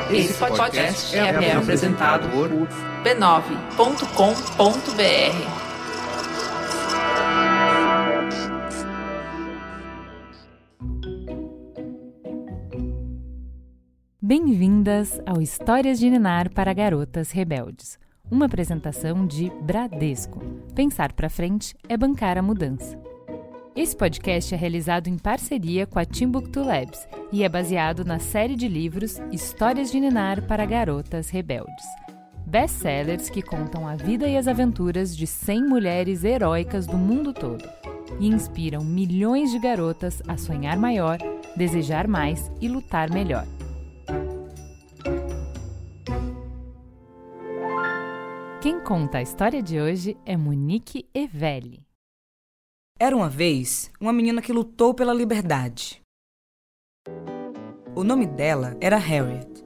Esse podcast é apresentado por b9.com.br. Bem-vindas ao Histórias de Ninar para Garotas Rebeldes, uma apresentação de Bradesco. Pensar pra frente é bancar a mudança. Esse podcast é realizado em parceria com a Timbuktu Labs e é baseado na série de livros Histórias de Ninar para Garotas Rebeldes. Best-sellers que contam a vida e as aventuras de 100 mulheres heróicas do mundo todo e inspiram milhões de garotas a sonhar maior, desejar mais e lutar melhor. Quem conta a história de hoje é Monique Evelli. Era uma vez uma menina que lutou pela liberdade. O nome dela era Harriet.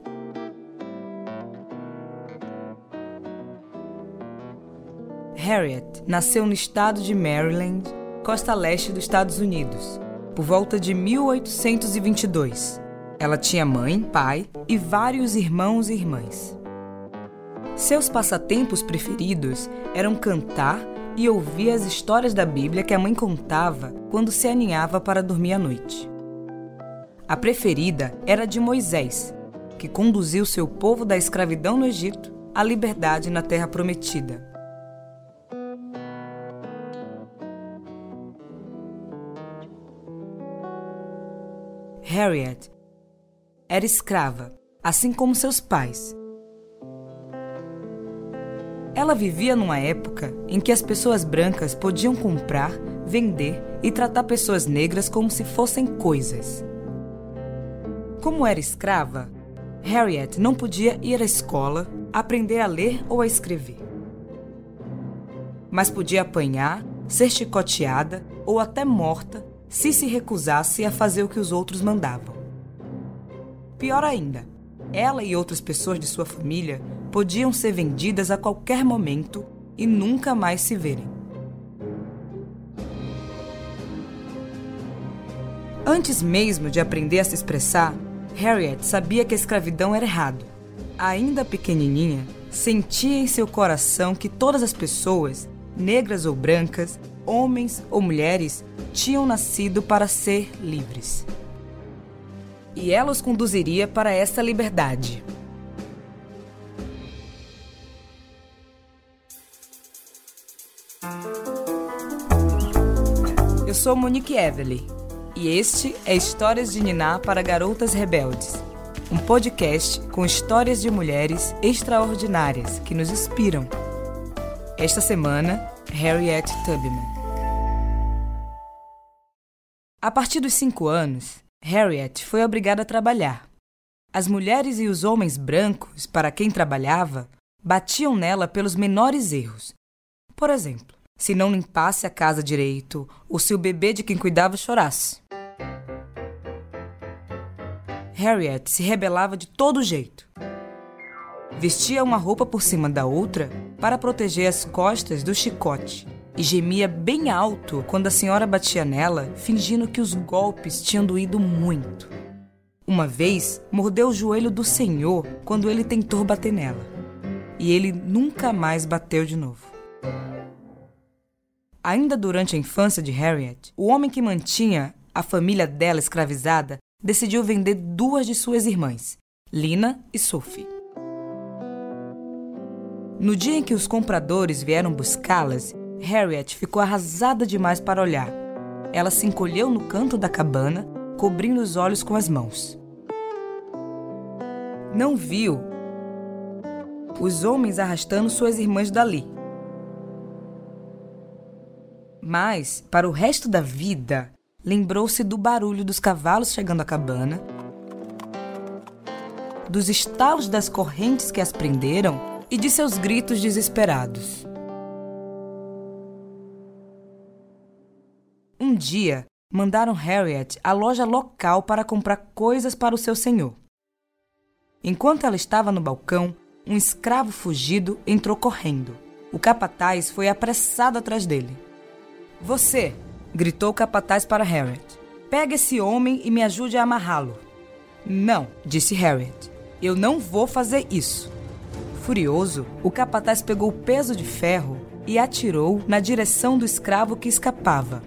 Harriet nasceu no estado de Maryland, costa leste dos Estados Unidos, por volta de 1822. Ela tinha mãe, pai e vários irmãos e irmãs. Seus passatempos preferidos eram cantar e ouvir as histórias da Bíblia que a mãe contava quando se aninhava para dormir à noite. A preferida era de Moisés, que conduziu seu povo da escravidão no Egito à liberdade na Terra Prometida. Harriet era escrava, assim como seus pais. Ela vivia numa época em que as pessoas brancas podiam comprar, vender e tratar pessoas negras como se fossem coisas. Como era escrava, Harriet não podia ir à escola, aprender a ler ou a escrever. Mas podia apanhar, ser chicoteada ou até morta se recusasse a fazer o que os outros mandavam. Pior ainda, ela e outras pessoas de sua família podiam ser vendidas a qualquer momento e nunca mais se verem. Antes mesmo de aprender a se expressar, Harriet sabia que a escravidão era errado. Ainda pequenininha, sentia em seu coração que todas as pessoas, negras ou brancas, homens ou mulheres, tinham nascido para ser livres. E ela os conduziria para essa liberdade. Eu sou Monique Evelli e este é Histórias de Ninar para Garotas Rebeldes, um podcast com histórias de mulheres extraordinárias que nos inspiram. Esta semana, Harriet Tubman. A partir dos 5 anos, Harriet foi obrigada a trabalhar. As mulheres e os homens brancos, para quem trabalhava, batiam nela pelos menores erros. Por exemplo, se não limpasse a casa direito ou se o bebê de quem cuidava chorasse. Harriet se rebelava de todo jeito. Vestia uma roupa por cima da outra para proteger as costas do chicote e gemia bem alto quando a senhora batia nela, fingindo que os golpes tinham doído muito. Uma vez, mordeu o joelho do senhor quando ele tentou bater nela. E ele nunca mais bateu de novo. Ainda durante a infância de Harriet, o homem que mantinha a família dela escravizada decidiu vender 2 de suas irmãs, Lina e Sophie. No dia em que os compradores vieram buscá-las, Harriet ficou arrasada demais para olhar. Ela se encolheu no canto da cabana, cobrindo os olhos com as mãos. Não viu os homens arrastando suas irmãs dali. Mas, para o resto da vida, lembrou-se do barulho dos cavalos chegando à cabana, dos estalos das correntes que as prenderam e de seus gritos desesperados. Um dia, mandaram Harriet à loja local para comprar coisas para o seu senhor. Enquanto ela estava no balcão, um escravo fugido entrou correndo. O capataz foi apressado atrás dele. "Você!" gritou o capataz para Harriet. "Pegue esse homem e me ajude a amarrá-lo." "Não", disse Harriet. Eu não vou fazer isso. Furioso, o capataz pegou o peso de ferro e atirou na direção do escravo que escapava.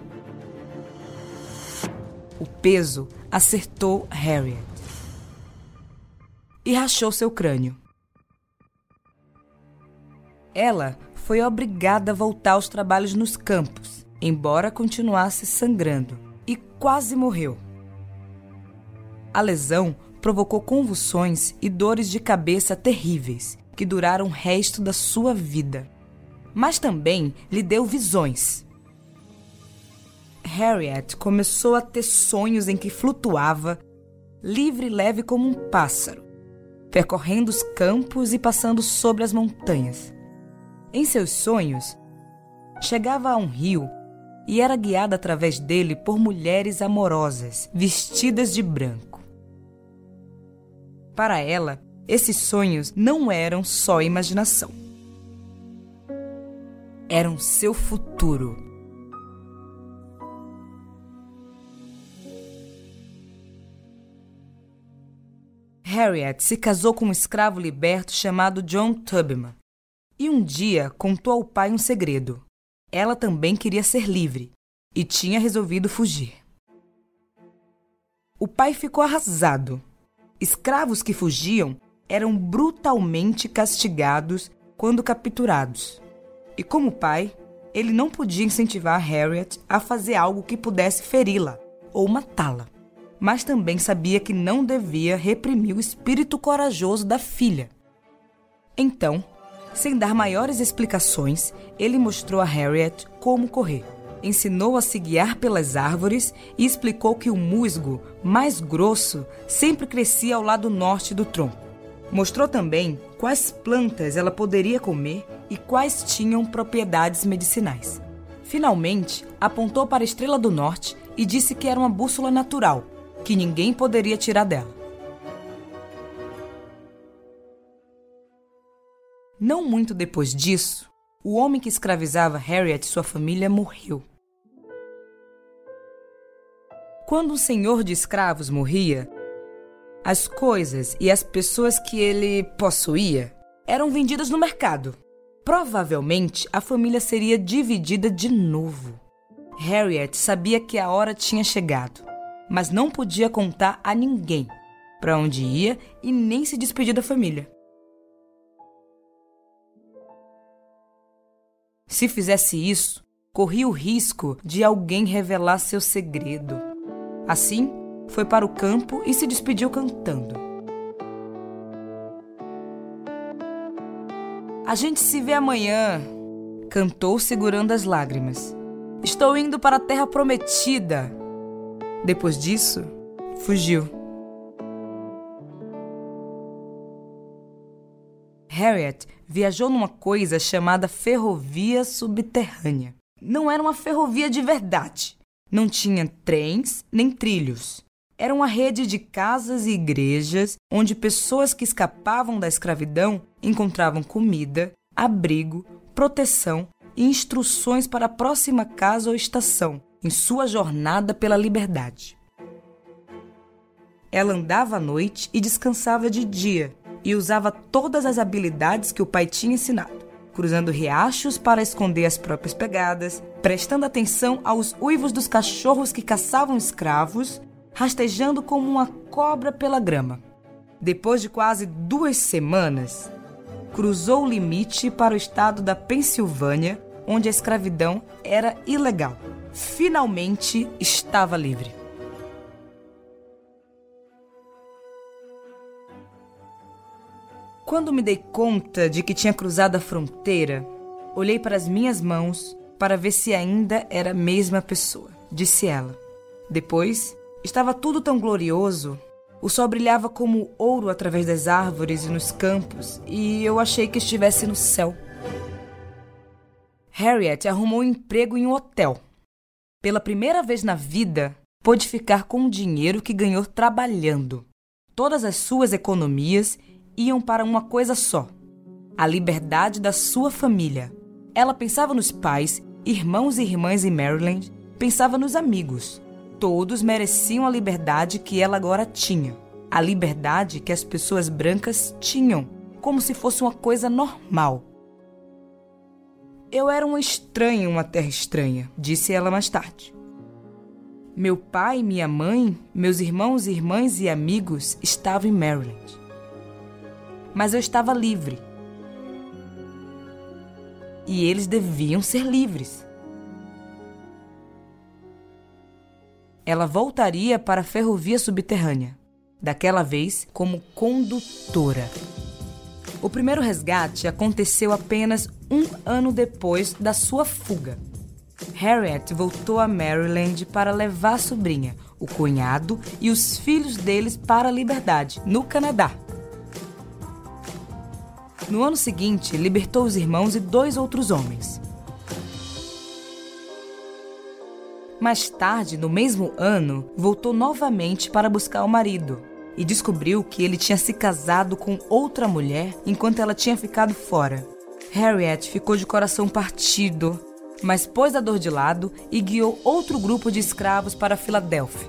O peso acertou Harriet e rachou seu crânio. Ela foi obrigada a voltar aos trabalhos nos campos, embora continuasse sangrando, e quase morreu. A lesão provocou convulsões e dores de cabeça terríveis, que duraram o resto da sua vida. Mas também lhe deu visões. Harriet começou a ter sonhos em que flutuava, livre e leve como um pássaro, percorrendo os campos e passando sobre as montanhas. Em seus sonhos, chegava a um rio e era guiada através dele por mulheres amorosas, vestidas de branco. Para ela, esses sonhos não eram só imaginação. Eram seu futuro. Harriet se casou com um escravo liberto chamado John Tubman. E um dia contou ao pai um segredo. Ela também queria ser livre e tinha resolvido fugir. O pai ficou arrasado. Escravos que fugiam eram brutalmente castigados quando capturados. E como pai, ele não podia incentivar Harriet a fazer algo que pudesse feri-la ou matá-la. Mas também sabia que não devia reprimir o espírito corajoso da filha. Então, sem dar maiores explicações, ele mostrou a Harriet como correr. Ensinou a se guiar pelas árvores e explicou que o musgo mais grosso sempre crescia ao lado norte do tronco. Mostrou também quais plantas ela poderia comer e quais tinham propriedades medicinais. Finalmente, apontou para a estrela do norte e disse que era uma bússola natural, que ninguém poderia tirar dela. Não muito depois disso, o homem que escravizava Harriet e sua família morreu. Quando um senhor de escravos morria, as coisas e as pessoas que ele possuía eram vendidas no mercado. Provavelmente, a família seria dividida de novo. Harriet sabia que a hora tinha chegado, mas não podia contar a ninguém para onde ia e nem se despedir da família. Se fizesse isso, corria o risco de alguém revelar seu segredo. Assim, foi para o campo e se despediu cantando. "A gente se vê amanhã", cantou segurando as lágrimas. "Estou indo para a terra prometida." Depois disso, fugiu. Harriet viajou numa coisa chamada ferrovia subterrânea. Não era uma ferrovia de verdade. Não tinha trens nem trilhos. Era uma rede de casas e igrejas onde pessoas que escapavam da escravidão encontravam comida, abrigo, proteção e instruções para a próxima casa ou estação em sua jornada pela liberdade. Ela andava à noite e descansava de dia, e usava todas as habilidades que o pai tinha ensinado, cruzando riachos para esconder as próprias pegadas, prestando atenção aos uivos dos cachorros que caçavam escravos, rastejando como uma cobra pela grama. Depois de quase 2 semanas, cruzou o limite para o estado da Pensilvânia, onde a escravidão era ilegal. Finalmente estava livre. Quando me dei conta de que tinha cruzado a fronteira, olhei para as minhas mãos para ver se ainda era a mesma pessoa, disse ela. Depois, estava tudo tão glorioso. O sol brilhava como ouro através das árvores e nos campos, e eu achei que estivesse no céu. Harriet arrumou um emprego em um hotel. Pela primeira vez na vida, pôde ficar com o dinheiro que ganhou trabalhando. Todas as suas economias iam para uma coisa só: a liberdade da sua família. Ela pensava nos pais, irmãos e irmãs em Maryland, pensava nos amigos. Todos mereciam a liberdade que ela agora tinha. a liberdade que as pessoas brancas tinham, como se fosse uma coisa normal. Eu era uma estranha em uma terra estranha, disse ela mais tarde. Meu pai, minha mãe, meus irmãos, irmãs e amigos estavam em Maryland. Mas eu estava livre. E eles deviam ser livres. Ela voltaria para a ferrovia subterrânea, daquela vez como condutora. O primeiro resgate aconteceu apenas 1 ano depois da sua fuga. Harriet voltou a Maryland para levar a sobrinha, o cunhado e os filhos deles para a liberdade, no Canadá. No ano seguinte, libertou os irmãos e 2 outros homens. Mais tarde, no mesmo ano, voltou novamente para buscar o marido e descobriu que ele tinha se casado com outra mulher enquanto ela tinha ficado fora. Harriet ficou de coração partido, mas pôs a dor de lado e guiou outro grupo de escravos para a Filadélfia.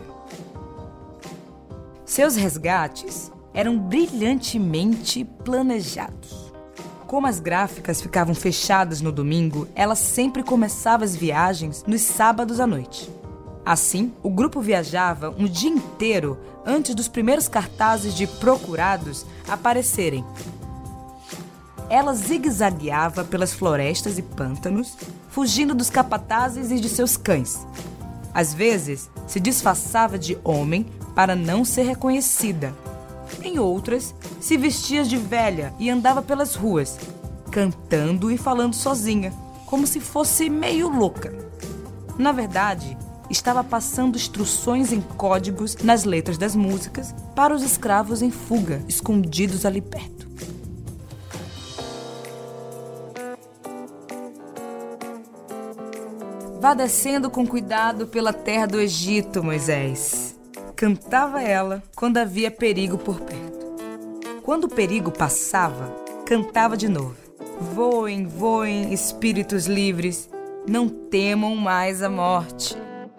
Seus resgates eram brilhantemente planejados. Como as gráficas ficavam fechadas no domingo, ela sempre começava as viagens nos sábados à noite. Assim, o grupo viajava um dia inteiro antes dos primeiros cartazes de procurados aparecerem. Ela zigue-zagueava pelas florestas e pântanos, fugindo dos capatazes e de seus cães. Às vezes, se disfarçava de homem para não ser reconhecida. Em outras, se vestia de velha e andava pelas ruas, cantando e falando sozinha, como se fosse meio louca. Na verdade, estava passando instruções em códigos nas letras das músicas para os escravos em fuga, escondidos ali perto. Vá descendo com cuidado pela terra do Egito, Moisés. Cantava ela quando havia perigo por perto. Quando o perigo passava, cantava de novo. Voem, voem, espíritos livres, não temam mais a morte.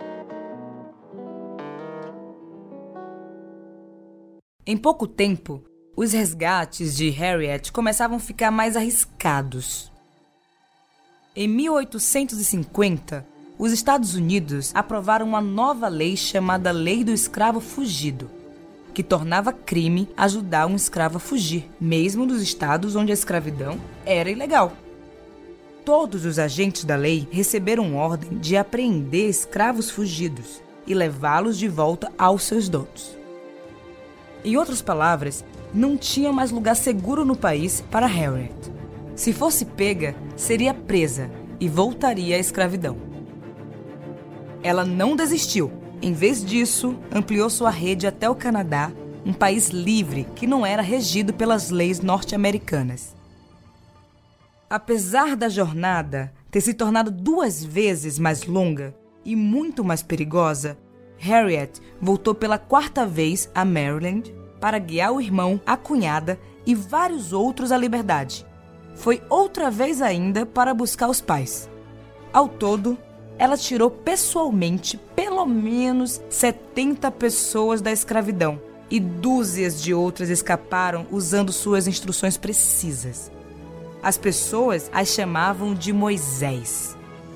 Em pouco tempo, os resgates de Harriet começavam a ficar mais arriscados. Em 1850, os Estados Unidos aprovaram uma nova lei chamada Lei do Escravo Fugido, que tornava crime ajudar um escravo a fugir, mesmo dos estados onde a escravidão era ilegal. Todos os agentes da lei receberam ordem de apreender escravos fugidos e levá-los de volta aos seus donos. Em outras palavras, não tinha mais lugar seguro no país para Harriet. Se fosse pega, seria presa e voltaria à escravidão. Ela não desistiu. Em vez disso, ampliou sua rede até o Canadá, um país livre que não era regido pelas leis norte-americanas. Apesar da jornada ter se tornado 2 vezes mais longa e muito mais perigosa, Harriet voltou pela 4ª vez a Maryland para guiar o irmão, a cunhada e vários outros à liberdade. Foi outra vez ainda para buscar os pais. Ao todo, ela tirou pessoalmente pelo menos 70 pessoas da escravidão e dúzias de outras escaparam usando suas instruções precisas. As pessoas as chamavam de Moisés.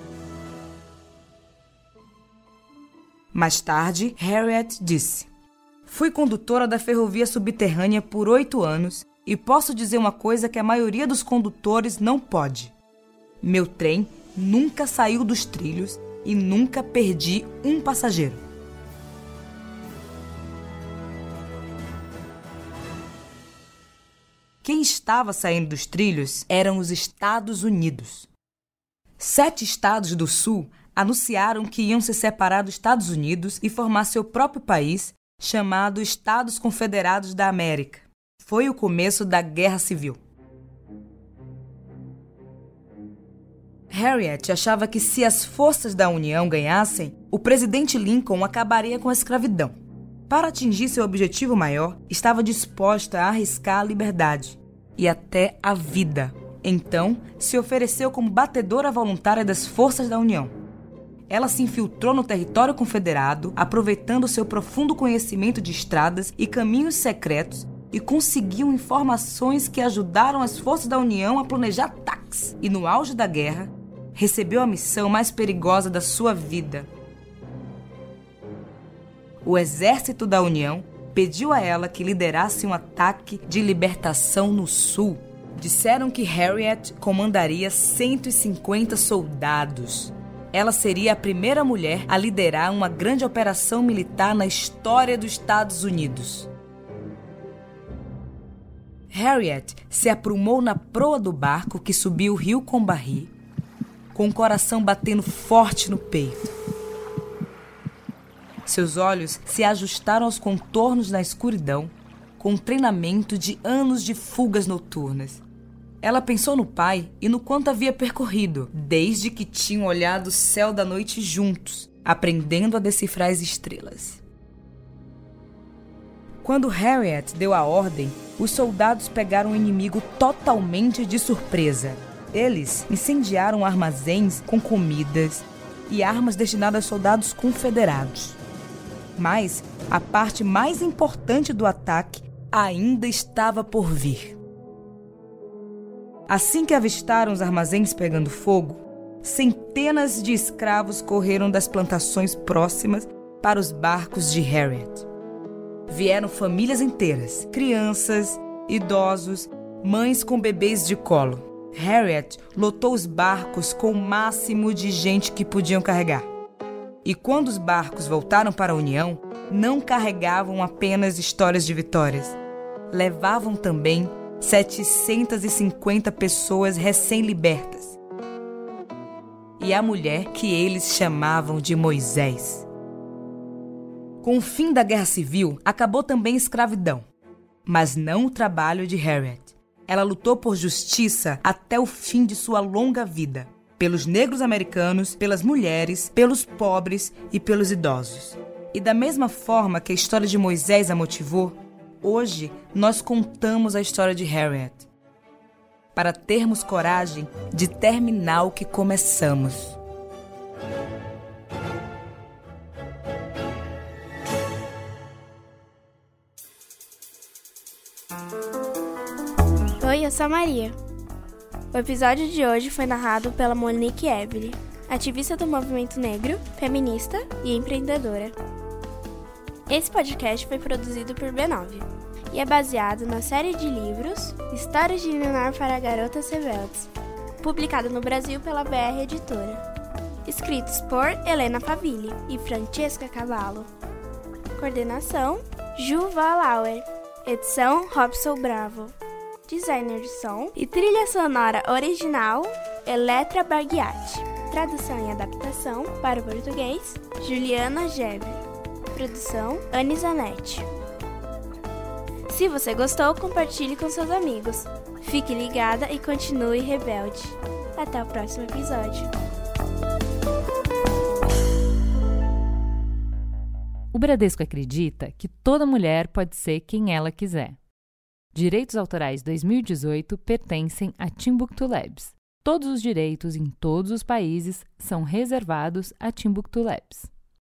Mais tarde, Harriet disse: "Fui condutora da ferrovia subterrânea por 8 anos e posso dizer uma coisa que a maioria dos condutores não pode. Meu trem nunca saiu dos trilhos e nunca perdi um passageiro." Quem estava saindo dos trilhos eram os Estados Unidos. 7 estados do Sul anunciaram que iam se separar dos Estados Unidos e formar seu próprio país, chamado Estados Confederados da América. Foi o começo da Guerra Civil. Harriet achava que se as forças da União ganhassem, o presidente Lincoln acabaria com a escravidão. Para atingir seu objetivo maior, estava disposta a arriscar a liberdade e até a vida. Então, se ofereceu como batedora voluntária das forças da União. ela se infiltrou no território confederado, aproveitando seu profundo conhecimento de estradas e caminhos secretos, e conseguiu informações que ajudaram as forças da União a planejar ataques. E no auge da guerra, recebeu a missão mais perigosa da sua vida. O exército da União pediu a ela que liderasse um ataque de libertação no sul. Disseram que Harriet comandaria 150 soldados. Ela seria a primeira mulher a liderar uma grande operação militar na história dos Estados Unidos. Harriet se aprumou na proa do barco que subiu o rio Combahee, com o coração batendo forte no peito. Seus olhos se ajustaram aos contornos na escuridão, com um treinamento de anos de fugas noturnas. Ela pensou no pai e no quanto havia percorrido, desde que tinham olhado o céu da noite juntos, aprendendo a decifrar as estrelas. Quando Harriet deu a ordem, os soldados pegaram o inimigo totalmente de surpresa. Eles incendiaram armazéns com comidas e armas destinadas a soldados confederados. Mas a parte mais importante do ataque ainda estava por vir. Assim que avistaram os armazéns pegando fogo, centenas de escravos correram das plantações próximas para os barcos de Harriet. Vieram famílias inteiras, crianças, idosos, mães com bebês de colo. Harriet lotou os barcos com o máximo de gente que podiam carregar. E quando os barcos voltaram para a União, não carregavam apenas histórias de vitórias. Levavam também 750 pessoas recém-libertas. E a mulher que eles chamavam de Moisés. Com o fim da Guerra Civil, acabou também a escravidão. Mas não o trabalho de Harriet. Ela lutou por justiça até o fim de sua longa vida. Pelos negros americanos, pelas mulheres, pelos pobres e pelos idosos. E da mesma forma que a história de Moisés a motivou, hoje nós contamos a história de Harriet. Para termos coragem de terminar o que começamos. Oi, eu sou a Maria. O episódio de hoje foi narrado pela Monique Evelyn, ativista do movimento negro, feminista e empreendedora. Esse podcast foi produzido por B9 e é baseado na série de livros Histórias de Ninar para Garotas Rebeldes, publicada no Brasil pela BR Editora. Escritos por Helena Favilli e Francesca Cavallo. Coordenação, Ju Valauer. Edição, Robson Bravo. Designer de som e trilha sonora original, Eletra Barghiati. Tradução e adaptação para o português, Juliana Gebre. Produção, Anne Zanetti. Se você gostou, compartilhe com seus amigos. Fique ligada e continue rebelde. Até o próximo episódio. O Bradesco acredita que toda mulher pode ser quem ela quiser. Direitos Autorais 2018 pertencem a Timbuktu Labs. Todos os direitos em todos os países são reservados a Timbuktu Labs.